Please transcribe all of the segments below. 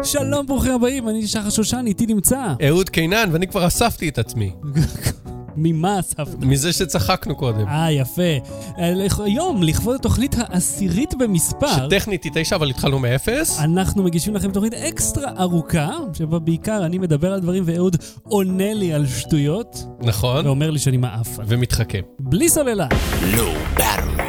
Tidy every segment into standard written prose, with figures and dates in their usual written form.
שלום, ברוכים הבאים, אני שחר שושן, איתי נמצא. אהוד קינן, ואני כבר אספתי את עצמי. ממה אספת? מזה שצחקנו קודם. יפה. היום, לכבוד התוכנית העשירית במספר, שטכנית היא 9, אבל התחלנו מאפס. אנחנו מגישים לכם תוכנית אקסטרה ארוכה, שבה בעיקר אני מדבר על דברים ואהוד עונה לי על שטויות. נכון. ואומר לי שאני מעפן. ומתחכם. בלי סוללה. Low battery.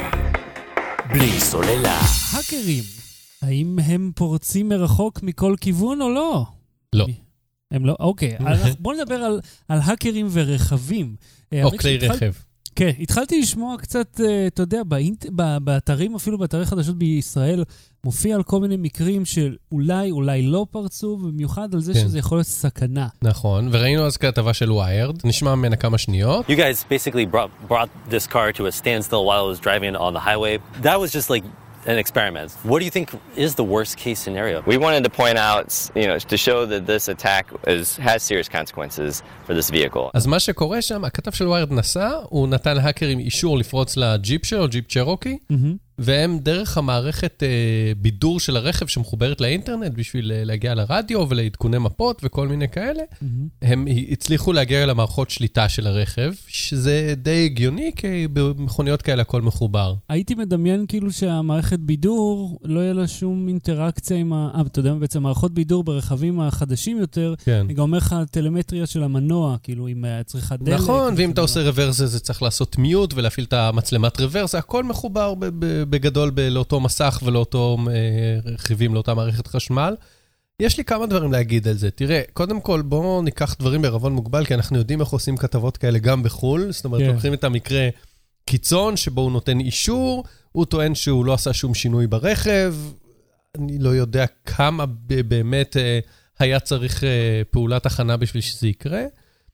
בלי סוללה. האקרים, האם הם פורצים מרחוק מכל כיוון או לא? לא. הם לא? אוקיי. בואו נדבר על האקרים ורכבים. או כלי רכב. כן, התחלתי לשמוע קצת, אתה יודע, באתרים, אפילו באתרי חדשות בישראל, מופיע על כל מיני מקרים של אולי לא פרצו, במיוחד על זה שזה יכול להיות סכנה. נכון, וראינו אז כתבה של Wired, נשמע ממנה כמה שניות. You guys basically brought this car to a standstill while it was driving on the highway. That was just like an experiment. What do you think is the worst case scenario? We wanted to point out, to show that this attack has serious consequences for this vehicle. אז מה שקורה שם, הכתב של Wired נסע, הוא נתן להאקרים אישור לפרוץ לג'יפ שלו, ג'יפ צ'רוקי, והם דרך המערכת בידור של הרכב שמחוברת לאינטרנט בשביל להגיע לרדיו ולעדכוני מפות וכל מיני כאלה, הם הצליחו להגיע למערכות שליטה של הרכב, שזה די הגיוני, כי במכוניות כאלה הכל מחובר. הייתי מדמיין כאילו שהמערכת בידור לא יהיה לה שום אינטראקציה עם אתה יודע, בעצם מערכות בידור ברכבים החדשים יותר, אני גם אומר לך טלמטריה של המנוע, כאילו עם צריכת דלק. נכון, ואם אתה עושה רוורס זה צריך לעשות מיוט ולהפעיל את המצלמת רוורס, הכל מחובר בגדול לאותו מסך ולאותו רכיבים, לאותה מערכת חשמל. יש לי כמה דברים להגיד על זה. תראה, קודם כל בואו ניקח דברים בערבון מוגבל, כי אנחנו יודעים איך עושים כתבות כאלה גם בחול, זאת אומרת, לוקחים את המקרה קיצון, שבו הוא נותן אישור, הוא טוען שהוא לא עשה שום שינוי ברכב, אני לא יודע כמה באמת היה צריך פעולת הכנה בשביל שזה יקרה.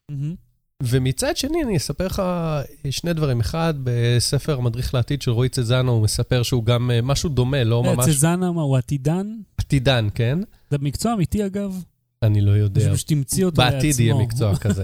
ומצד שני, אני אספר לך שני דברים. אחד, בספר המדריך לעתיד של רועי צזנה, הוא מספר שהוא גם משהו דומה, לא ממש... צזנה, מה, הוא עתידן? עתידן, כן. זה מקצוע אמיתי, אגב? אני לא יודע. בשביל שתמציא אותו לעצמו. בעתיד יהיה מקצוע כזה.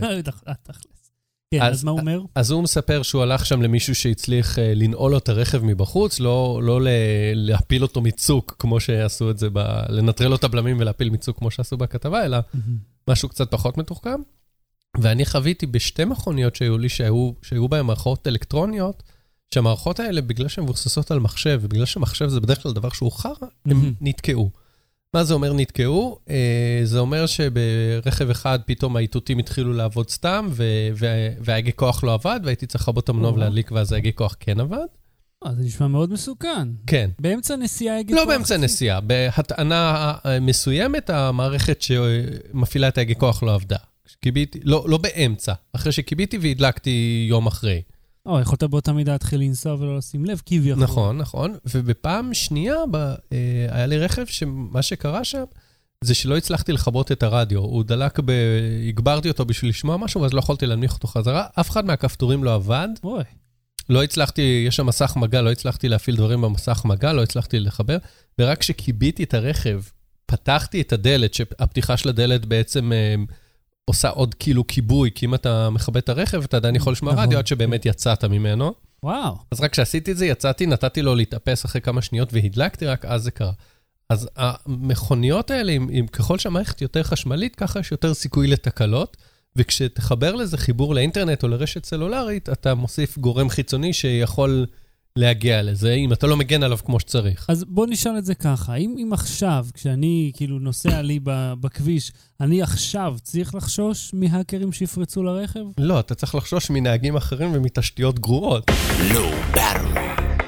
כן, אז מה הוא אומר? אז הוא מספר שהוא הלך שם למישהו שהצליח לנעול לו את הרכב מבחוץ, לא להפיל אותו מצוק, כמו שעשו את זה, לנטרל לו את הבלמים ולהפיל מצוק, כמו שעשו בכתבה, אלא משהו קצת פחות מתוחכם. ואני חוויתי בשתי מכוניות שהיו לי, שהיו בהן מערכות אלקטרוניות, שהמערכות האלה, בגלל שהן מבוססות על מחשב, ובגלל שמחשב זה בדרך כלל דבר שהוא חר, הם נתקעו. מה זה אומר נתקעו? זה אומר שברכב אחד פתאום האיתותים התחילו לעבוד סתם, וההגה כוח לא עבד, והייתי צריך לבוא את המנוע ולהדליק, ואז ההגה כוח כן עבד. זה נשמע מאוד מסוכן. כן. באמצע נסיעה הגה כוח? לא באמצע נסיעה. בהטענה מסוימת, המערכת שמפעילה את ההגה כוח לא עבדה. קיביתי, לא באמצע, אחרי שקיביתי והדלקתי יום אחרי. יכולת באותה מידה להתחיל לנסוע ולא לשים לב, כביכול. נכון. ובפעם שנייה היה לי רכב שמה שקרה שם, זה שלא הצלחתי לחבות את הרדיו. הוא דלק, הגברתי אותו בשביל לשמוע משהו, ואז לא יכולתי להנמיך אותו חזרה. אף אחד מהכפתורים לא עבד. לא הצלחתי, יש שם מסך מגע, לא הצלחתי להפעיל דברים במסך מגע, לא הצלחתי לחבר. ורק שקיביתי את הרכב, פתחתי את הדלת, שהפתיחה של הדלת בעצם... עושה עוד כאילו כיבוי, כי אם אתה מכבה את הרכב, אתה עדיין יכול לשמוע רדיו, עד שבאמת יצאת ממנו. וואו. אז רק כשעשיתי את זה, יצאתי, נתתי לו להתאפס אחרי כמה שניות, והדלקתי, רק אז זה קרה. אז המכוניות האלה, ככל שהמערכת יותר חשמלית, ככה יש יותר סיכוי לתקלות, וכשתחבר לזה חיבור לאינטרנט או לרשת סלולרית, אתה מוסיף גורם חיצוני שיכול להגיע לזה, אם אתה לא מגן עליו כמו שצריך. אז בוא נשאל את זה ככה, אם עכשיו, כשאני כאילו נוסע לי בכביש, אני עכשיו צריך לחשוש מהאקרים שיפרצו לרכב? לא, אתה צריך לחשוש מנהגים אחרים ומתשתיות גרועות. Low battery.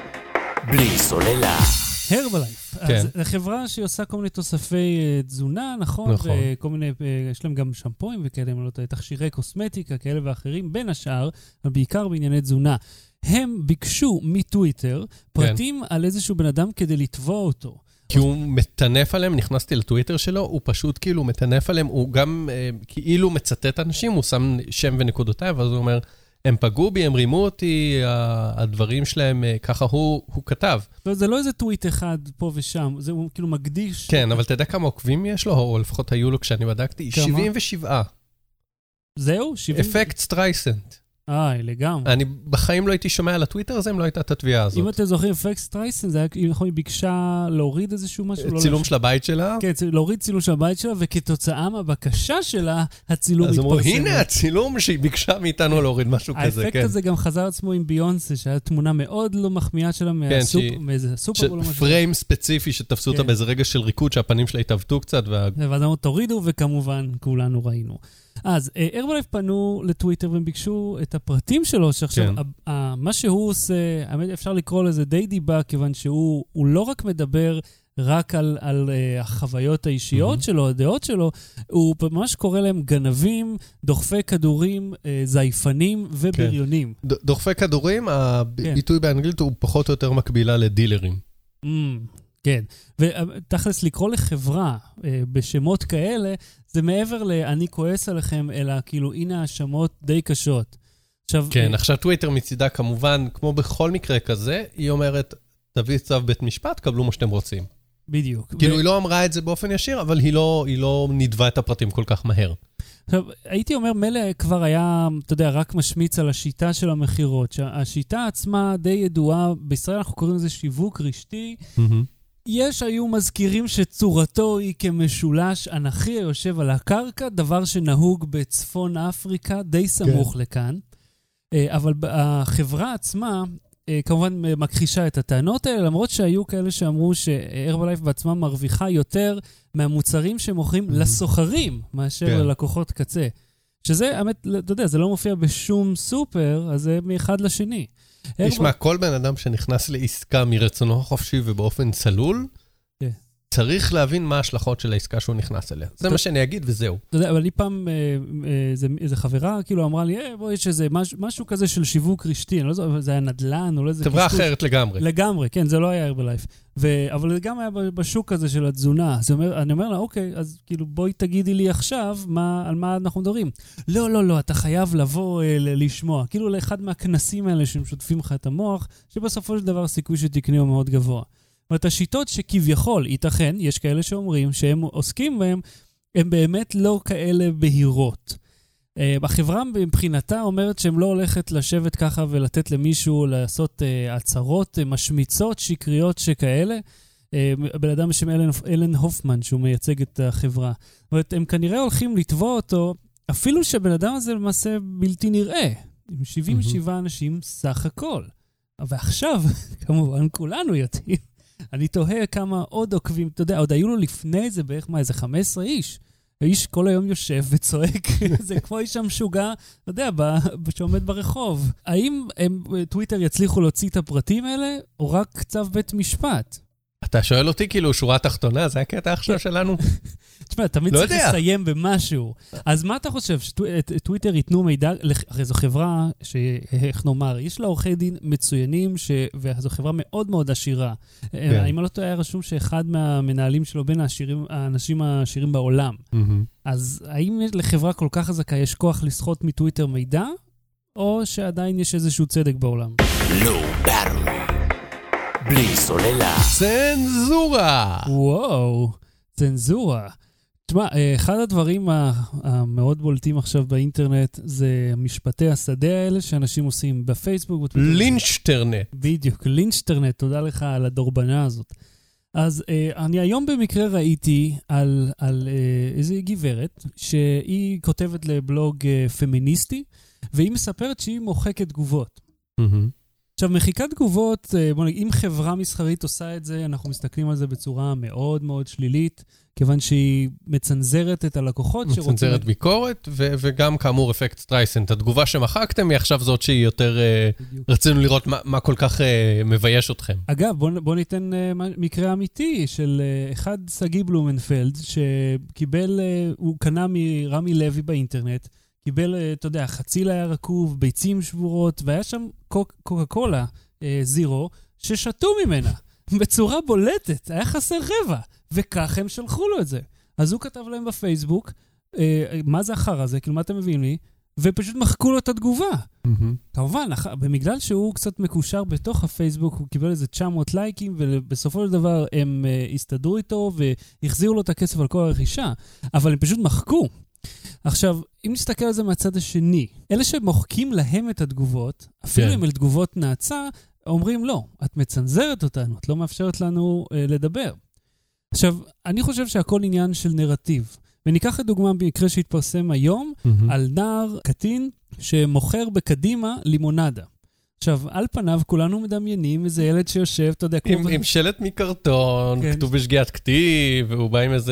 בלי סוללה. הרבלייף. אז זו חברה שהיא עושה כל מיני תוספי תזונה, נכון? וכל מיני, יש להם גם שמפויים וכאלה, תכשירי קוסמטיקה, כאלה ואחרים, בין השאר, אבל בעיקר בענייני תזונה. הם ביקשו מטוויטר פרטים על איזשהו בן אדם כדי לתבוע אותו. כי הוא מטנף עליהם, נכנסתי לטוויטר שלו, הוא פשוט כאילו מטנף עליהם, הוא גם כאילו מצטט אנשים, הוא שם שם ונקודותיו, ואז הוא אומר, הם פגעו בי, הם רימו אותי, הדברים שלהם, ככה הוא כתב. זה לא איזה טוויט אחד פה ושם, זה הוא כאילו מקדיש. כן, אבל אתה יודע כמה עוקבים יש לו, או לפחות היו לו כשאני בדקתי, 77. זהו? אפקט סטרייסנט. לגמרי. אני בחיים לא הייתי שומע על הטוויטר הזה אם לא הייתה את התביעה הזאת. אם אתם זוכרים, פליקס סטרייסן, זה היה, היא ביקשה להוריד איזשהו משהו. צילום של הבית שלה? כן, להוריד צילום של הבית שלה, וכתוצאה מהבקשה שלה, הצילום התפרסם. אז אמרו, הנה הצילום שהיא ביקשה מאיתנו להוריד משהו כזה, האפקט הזה גם חזר עצמו עם ביונסה, שהיה תמונה מאוד לא מחמיאה שלה מאיזה סופר. פריים ספציפי שתפסו אותה באיזה רגע של ריקוד, שהפנים שלה התעוותו קצת. ואז אמרו, תורידו, וכמובן, כולנו ראינו. אז הרבלייף פנו לטוויטר והם ביקשו את הפרטים שלו, שעכשיו מה שהוא עושה, אפשר לקרוא לזה די דיבה, כיוון שהוא לא רק מדבר רק על החוויות האישיות שלו, הדעות שלו, הוא ממש קורא להם גנבים, דוחפי כדורים, זייפנים ובריונים. דוחפי כדורים, הביטוי באנגלית הוא פחות או יותר מקבילה לדילרים. כן, ותכלס לקרוא לחברה בשמות כאלה, זה מעבר אני כועס עליכם, אלא כאילו הנה האשמות די קשות. כן, עכשיו טוויטר מצידה כמובן, כמו בכל מקרה כזה, היא אומרת, תביא צו בית משפט, קבלו מה שאתם רוצים. בדיוק. כאילו היא לא אמרה את זה באופן ישיר, אבל היא לא נדבה את הפרטים כל כך מהר. עכשיו, הייתי אומר, מלא כבר היה, אתה יודע, רק משמיץ על השיטה של המחירות, שהשיטה עצמה די ידועה, בישראל אנחנו קוראים לזה שיווק רשתי, היו מזכירים שצורתו היא כמשולש אנכי היושב על הקרקע, דבר שנהוג בצפון אפריקה, די סמוך לכאן. אבל החברה עצמה, כמובן מכחישה את הטענות האלה, למרות שהיו כאלה שאמרו שהרבלייף בעצמה מרוויחה יותר מהמוצרים שמוכרים לסוחרים, מאשר ללקוחות קצה. שזה, האמת, אתה יודע, זה לא מופיע בשום סופר, אז זה מאחד לשני. תשמע, כל בן אדם שנכנס לעסקה מרצונו החופשי ובאופן צלול, צריך להבין מה ההשלכות של העסקה שהוא נכנס אליה. זה מה שאני אגיד וזהו. אתה יודע, אבל לי פעם, איזו חברה כאילו אמרה לי, בוא, יש איזה משהו כזה של שיווק רשתי, אני לא יודע, זה היה נדל"ן, או לא איזה... חברה אחרת לגמרי. לגמרי, כן, זה לא היה הרבלייף. אבל זה גם היה בשוק הזה של התזונה. אני אומר לה, אוקיי, אז כאילו בואי תגידי לי עכשיו על מה אנחנו מדברים. לא, אתה חייב לבוא לשמוע. כאילו לאחד מהכנסים האלה שמשותפים לך את המוח, שבסופו של דבר הסיכוי שתקני הוא מאוד גבוה. זאת אומרת, השיטות שכביכול, ייתכן, יש כאלה שאומרים שהם עוסקים בהם, הם באמת לא כאלה בהירות. החברה מבחינתה אומרת שהם לא הולכת לשבת ככה ולתת למישהו לעשות הצהרות משמיצות, שקריות שכאלה. בן אדם בשם אלן הופמן, שהוא מייצג את החברה. זאת אומרת, הם כנראה הולכים לתבוע אותו, אפילו שבן אדם הזה למעשה בלתי נראה. עם 77 אנשים סך הכל. ועכשיו, כמובן, כולנו יודעים. אני תוהה כמה עוד עוקבים, אתה יודע, עוד היו לו לפני זה בערך איזה 15 איש. האיש כל היום יושב וצועק, זה כמו איש המשוגע, אתה יודע, שעומד ברחוב. האם טוויטר יצליחו להוציא את הפרטים האלה, או רק צו בית משפט? אתה שואל אותי כאילו שורה תחתונה, זה הקטע עכשיו שלנו? תשמע, תמיד צריך לסיים במשהו. אז מה אתה חושב? שטוויטר ייתנו מידע, הרי זו חברה שאיך נאמר, יש לה עורכי דין מצוינים, וזו חברה מאוד מאוד עשירה. האם לא היה רשום שאחד מהמנהלים שלו בין האנשים העשירים בעולם. אז האם לחברה כל כך חזקה יש כוח לסחוט מטוויטר מידע, או שעדיין יש איזשהו צדק בעולם? לא ברור. בלי סוללה. צנזורה! וואו, צנזורה. תשמע, אחד הדברים המאוד בולטים עכשיו באינטרנט זה משפטי השדה האלה שאנשים עושים בפייסבוק. לינצ'טרנט. בדיוק, לינצ'טרנט, תודה לך על הדורבנה הזאת. אז אני היום במקרה ראיתי על איזו גברת שהיא כותבת לבלוג פמיניסטי, והיא מספרת שהיא מוחקת תגובות. עכשיו, מחיקת תגובות, בוא נגיד, אם חברה מסחרית עושה את זה, אנחנו מסתכלים על זה בצורה מאוד מאוד שלילית, כיוון שהיא מצנזרת את הלקוחות שרוצים... מצנזרת ביקורת, וגם כאמור אפקט סטרייסן. התגובה שמחקתם היא עכשיו זאת שהיא יותר... רצינו לראות מה כל כך מבייש אתכם. אגב, בוא ניתן מקרה אמיתי של אחד סגי בלומנפלד, שקיבל, הוא קנה מרמי לוי באינטרנט, קיבל, אתה יודע, חצי לילה רקוב, ביצים שבורות, והיה שם קוקה קולה זירו, ששתו ממנה בצורה בולטת, היה חסר רבע, וכך הם שלחו לו את זה. אז הוא כתב להם בפייסבוק, מה זה אחר הזה, כאילו מה אתם מביאים לי, ופשוט מחקו לו את התגובה. כמובן, במגלל שהוא קצת מקושר בתוך הפייסבוק, הוא קיבל איזה 900 לייקים, ובסופו של דבר הם הסתדרו איתו, והחזירו לו את הכסף על כל הרכישה, אבל הם פשוט מחקו. עכשיו, אם נסתכל על זה מהצד השני, אלה שמוחקים להם את התגובות, אפילו אם אלה תגובות נאצה, אומרים לא, את מצנזרת אותנו, את לא מאפשרת לנו לדבר. עכשיו, אני חושב שהכל עניין של נרטיב. וניקח את דוגמה במקרה שהתפרסם היום, על נער קטין שמוכר בקדימה לימונדה. עכשיו, על פניו כולנו מדמיינים איזה ילד שיושב, אתה יודע, עם שלט מקרטון, כתוב בשגיאת כתיב, והוא בא עם איזה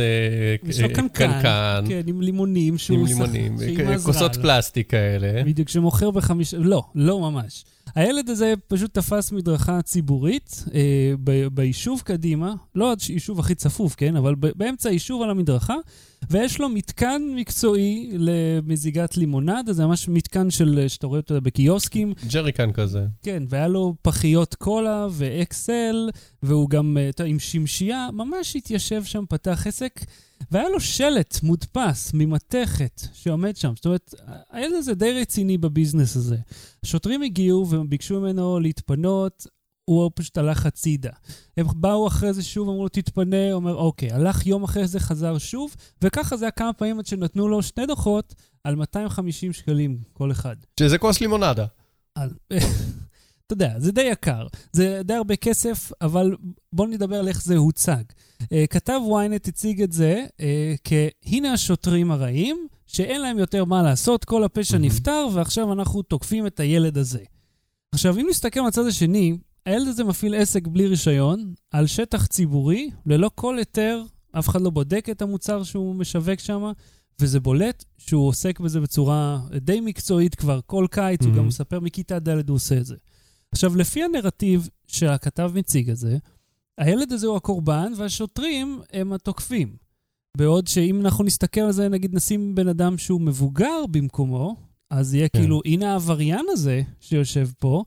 קנקן. כן, עם לימונים. עם לימונים, כוסות פלסטיק כאלה. בדיוק, שמוכר לא ממש. הילד הזה פשוט תפס מדרכה ציבורית ביישוב קדימה, לא היישוב הכי צפוף, כן? אבל באמצע היישוב על המדרכה, ויש לו מתקן מקצועי למזיגת לימונד, זה ממש מתקן שאתה רואה אותו בקיוסקים. ג'ריקן כזה. כן, והיה לו פחיות קולה ואקסל, והוא גם עם שמשייה, ממש התיישב שם, פתח עסק, והיה לו שלט מודפס ממתכת שעומד שם. זאת אומרת, הילד הזה די רציני בביזנס הזה. השוטרים הגיעו וביקשו ממנו להתפנות, הוא פשוט הלך הצידה. הם באו אחרי זה שוב, אמרו לו תתפנה, הוא אומר אוקיי, הלך יום אחרי זה, חזר שוב, וככה זה היה כמה פעמים עד שנתנו לו 2 דוחות על 250 שקלים כל אחד. שזה כוס לימונדה. אתה יודע, זה די יקר, זה די הרבה כסף, אבל בואו נדבר על איך זה הוצג. כתב ynet הציג את זה כהנה השוטרים הרעים, שאין להם יותר מה לעשות, כל הפשע נפטר, ועכשיו אנחנו תוקפים את הילד הזה. עכשיו, אם נסתכל מהצד השני, הילד הזה מפעיל עסק בלי רישיון, על שטח ציבורי, ללא כל היתר, אף אחד לא בודק את המוצר שהוא משווק שם, וזה בולט שהוא עוסק בזה בצורה די מקצועית כבר כל קיץ, הוא גם מספר מכיתה ד' הוא עושה את זה. עכשיו, לפי הנרטיב שהכתב מציג את זה, הילד הזה הוא הקורבן, והשוטרים הם התוקפים. בעוד שאם אנחנו נסתכל על זה, נגיד נשים בן אדם שהוא מבוגר במקומו, אז יהיה כאילו, הנה העבריין הזה שיושב פה,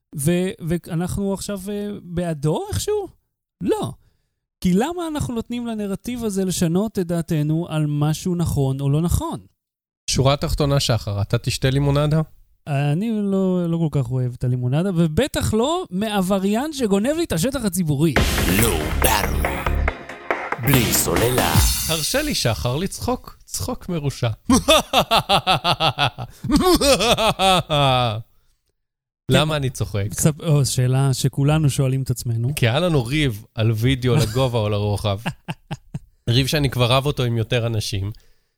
ואנחנו עכשיו בעדו איכשהו? לא. כי למה אנחנו נותנים לנרטיב הזה לשנות את דעתנו על משהו נכון או לא נכון? שורה תחתונה שחר, אתה תשתה לימונדה? אני לא כל כך אוהב את הלימונדה, ובטח לא מעבריין שגונב לי את השטח הציבורי. לא ברור. בלי סוללה. הרשה לי שחר לצחוק, צחוק מרושע. למה אני צוחק? שאלה שכולנו שואלים את עצמנו. כי היה לנו ריב על וידאו לגובה או לרוחב. ריב שאני כבר רב אותו עם יותר אנשים.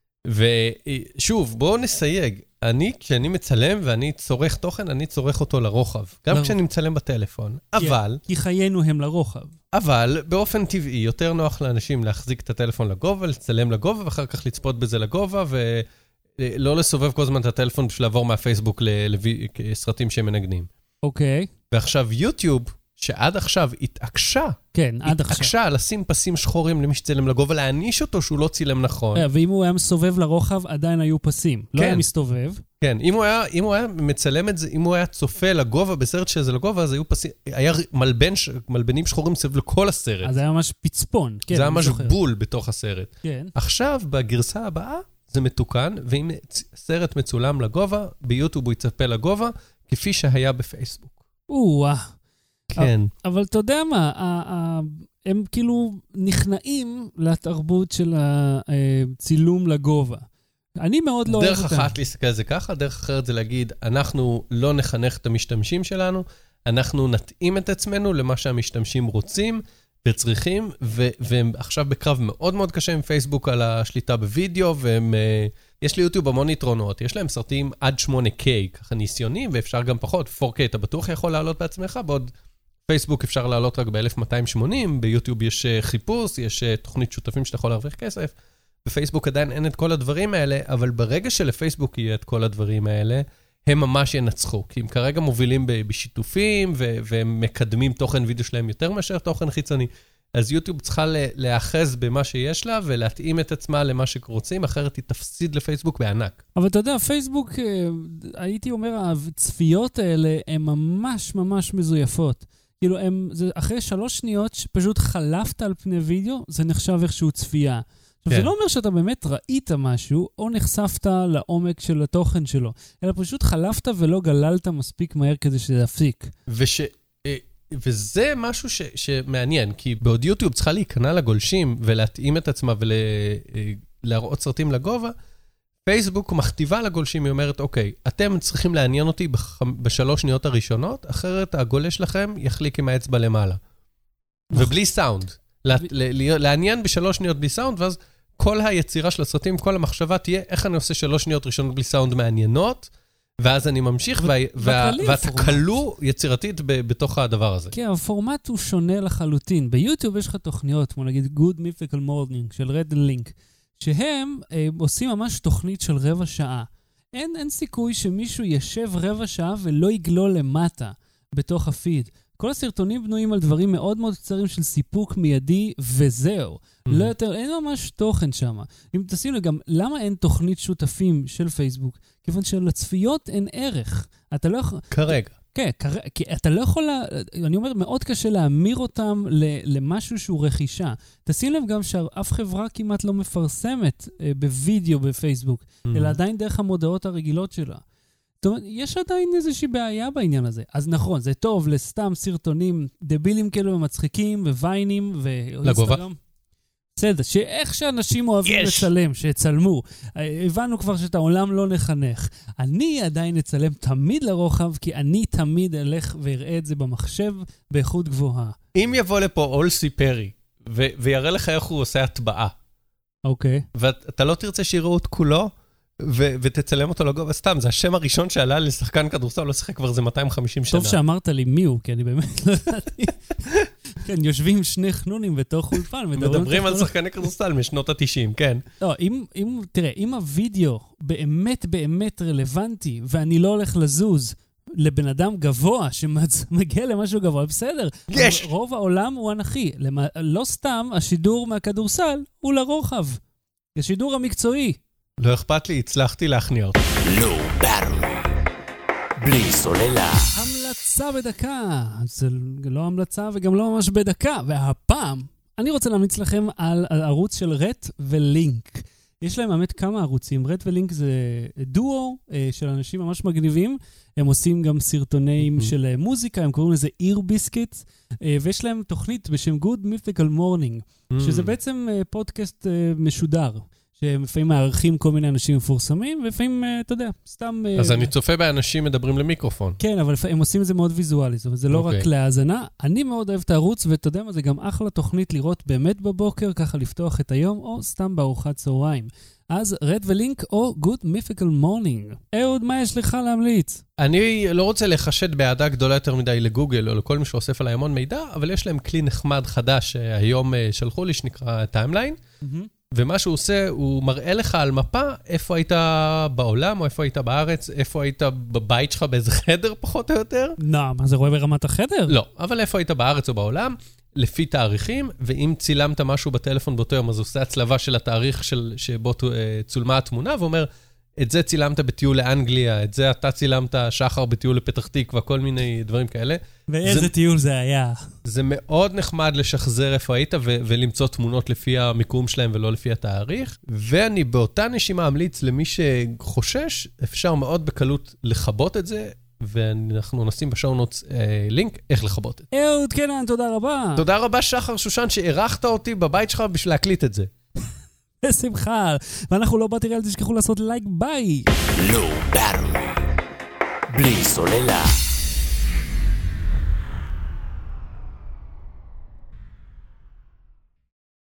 ושוב, בואו נסייג. כשאני מצלם ואני צורך תוכן, אני צורך אותו לרוחב. גם כשאני מצלם בטלפון. אבל... כי חיינו הם לרוחב. אבל באופן טבעי יותר נוח לאנשים להחזיק את הטלפון לגובה, לצלם לגובה, ואחר כך לצפות בזה לגובה, ולא לסובב כל הזמן את הטלפון בשביל לעבור מהפייסבוק לסרטים שהם מנגנים. אוקיי. ועכשיו יוטיוב, שעד עכשיו התעקשה, כן, עד עכשיו. התעקשה לשים פסים שחורים למי שצלם לגובה, להעניש אותו שהוא לא צילם נכון. ואם הוא היה מסובב לרוחב, עדיין היו פסים. לא היה מסתובב. כן, אם הוא היה מצלם את זה, אם הוא היה צופה לגובה, בסרט שזה לגובה, אז היו פסים, היה מלבנים שחורים סביב לכל הסרט. אז היה ממש פצפון. זה היה ממש בול בתוך הסרט. כן. עכשיו, בגרסה הבאה, זה מתוקן, ואם סרט מצולם לגובה, ביוטיוב הוא יצפה לגובה, כפי שהיה בפייסבוק. כן. אבל אתה יודע מה, הם כאילו נכנעים לתרבות של הצילום לגובה. אני מאוד לא אוהב אותם. דרך אחת להסתכל על זה ככה, דרך אחרת זה להגיד, אנחנו לא נחנך את המשתמשים שלנו, אנחנו נתאים את עצמנו למה שהמשתמשים רוצים וצריכים, והם עכשיו בקרב מאוד מאוד קשה עם פייסבוק על השליטה בווידאו, יש ליוטיוב המון יתרונות, יש להם סרטים עד 8K, ככה ניסיונים, ואפשר גם פחות, 4K אתה בטוח יכול לעלות בעצמך, בעוד פייסבוק אפשר לעלות רק ב-1280, ביוטיוב יש חיפוש, יש תוכנית שותפים שאתה יכול להרוויח כסף, בפייסבוק עדיין אין את כל הדברים האלה, אבל ברגע שלפייסבוק יהיה את כל הדברים האלה, הם ממש ינצחו, כי הם כרגע מובילים בשיתופים, והם מקדמים תוכן וידאו שלהם יותר מאשר תוכן חיצוני, אז יוטיוב צריכה להאחז במה שיש לה, ולהתאים את עצמה למה שרוצים, אחרת היא תפסיד לפייסבוק בענק. אבל אתה יודע, פייסבוק, הייתי אומר, הצפיות האלה הן ממש ממש מזויפות. כאילו, אחרי 3 שניות שפשוט חלפת על פני וידאו, זה נחשב איכשהו צפייה. עכשיו, זה לא אומר שאתה באמת ראית משהו, או נחשפת לעומק של התוכן שלו, אלא פשוט חלפת ולא גללת מספיק מהר כדי שזה יפסיק. וזה משהו שמעניין, כי בעוד יוטיוב צריכה להיכנע לגולשים, ולהתאים את עצמה ולהראות סרטים לגובה, פייסבוק מכתיבה לגולשים, היא אומרת, אוקיי, אתם צריכים לעניין אותי ב3 שניות הראשונות, אחרת הגולש לכם יחליק עם האצבע למעלה. ובלי סאונד. לעניין ב3 שניות בלי סאונד, ואז כל היצירה של הסרטים, כל המחשבה תהיה, איך אני עושה 3 שניות ראשונות בלי סאונד מעניינות, ואז אני ממשיך, ואתה קלו יצירתית בתוך הדבר הזה. כן, הפורמט הוא שונה לחלוטין. ביוטיוב יש לך תוכניות, כמו נגיד Good Mythical Morning של Red Link, שהם עושים ממש תוכנית של 15 שעה. אין סיכוי שמישהו ישב 15 שעה ולא יגלול למטה בתוך הפיד. כל הסרטונים בנויים על דברים מאוד מאוד קצרים של סיפוק מיידי וזהו. לא יותר, אין ממש תוכן שם. אם תשימו גם, למה אין תוכנית שותפים של פייסבוק? כיוון שלצפיות אין ערך. אתה לא יכול... כרגע. כן, כי אתה לא יכול, אני אומר, מאוד קשה להמיר אותם למשהו שהוא רכישה. תשים לב גם שאף חברה כמעט לא מפרסמת בווידאו בפייסבוק, אלא עדיין דרך המודעות הרגילות שלה. זאת אומרת, יש עדיין איזושהי בעיה בעניין הזה. אז נכון, זה טוב לסתם סרטונים דבילים כאלו ומצחיקים וויינים לגובה. בסדר, שאיך שאנשים אוהבים לצלם, שיצלמו. הבנו כבר שאת העולם לא נחנך. אני עדיין אצלם תמיד לרוחב, כי אני תמיד אלך ואראה את זה במחשב באיכות גבוהה. אם יבוא לפה אולסי פרי, ויראה לך איך הוא עושה הטבעה, אוקיי. ואתה לא תרצה שיראו את כולו, ותצלם אותו לגובה סתם, זה השם הראשון שעלה לשחקן כדורסל, לא שחק כבר זה 250 שנה. טוב שאמרת לי מי הוא, כי אני באמת לא ידעתי. כן, יושבים 2 חנונים בתוך אולפן. מדברים על שחקני כדורסל משנות ה-90, כן. לא, תראה, אם הווידאו באמת באמת רלוונטי, ואני לא הולך לזוז לבן אדם גבוה, שמגיע למשהו גבוה, בסדר. יש! רוב העולם הוא אנכי. לא סתם השידור מהכדורסל הוא לרוחב. השידור המקצועי. לא אכפת לי, הצלחתי להכניע אותו. Low Battery. בלי סוללה. המלצה בדקה. זה לא המלצה וגם לא ממש בדקה. והפעם אני רוצה להמליץ לכם על ערוץ של רט ולינק. יש להם באמת כמה ערוצים. רט ולינק זה דואו של אנשים ממש מגניבים. הם עושים גם סרטונים של מוזיקה, הם קוראים לזה איר ביסקיט, ויש להם תוכנית בשם Good Mythical Morning, שזה בעצם פודקאסט משודר. שלפעמים מערכים כל מיני אנשים מפורסמים, ולפעמים, אתה יודע, סתם... אז אני צופה באנשים מדברים למיקרופון. כן, אבל הם עושים את זה מאוד ויזואלי, זאת אומרת, זה לא רק להאזנה. אני מאוד אוהב את הערוץ, ואתה יודע מה, זה גם אחלה תוכנית לראות באמת בבוקר, ככה לפתוח את היום, או סתם בארוחת צהריים. אז רד ולינק או Good Mythical Morning. אהוד, מה יש לך להמליץ? אני לא רוצה לחשד בעדה גדולה יותר מדי לגוגל, או לכל מי שאוסף עליי המון מידע, אבל יש להם כלי נחמד חדש שהיום שלחו לי, שנקרא טיימליין. ומה שהוא עושה, הוא מראה לך על מפה איפה היית בעולם, או איפה היית בארץ, איפה היית בבית שלך באיזה חדר פחות או יותר. לא, מה זה רואה ברמת החדר? לא, אבל איפה היית בארץ או בעולם, לפי תאריכים, ואם צילמת משהו בטלפון באותו יום, אז הוא עושה הצלבה של התאריך שבו צולמה התמונה, ואומר, את זה צילמת בטיול לאנגליה, את זה אתה צילמת שחר בטיול לפתח תקווה, כל מיני דברים כאלה. ואיזה טיול זה היה? זה מאוד נחמד לשחזר איפה היית ולמצוא תמונות לפי המיקום שלהם ולא לפי התאריך. ואני באותה נשימה אמליץ למי שחושש, אפשר מאוד בקלות לחבות את זה, ואנחנו נשים בשואו-נוטס לינק איך לחבות את זה. אהוד קנן, תודה רבה. תודה רבה שחר שושן שערכת אותי בבית שלך בשביל להקליט את זה. בשמחה. ואנחנו לא באתי, אל תשכחו לעשות לייק, ביי. Low Battery. בלי סוללה.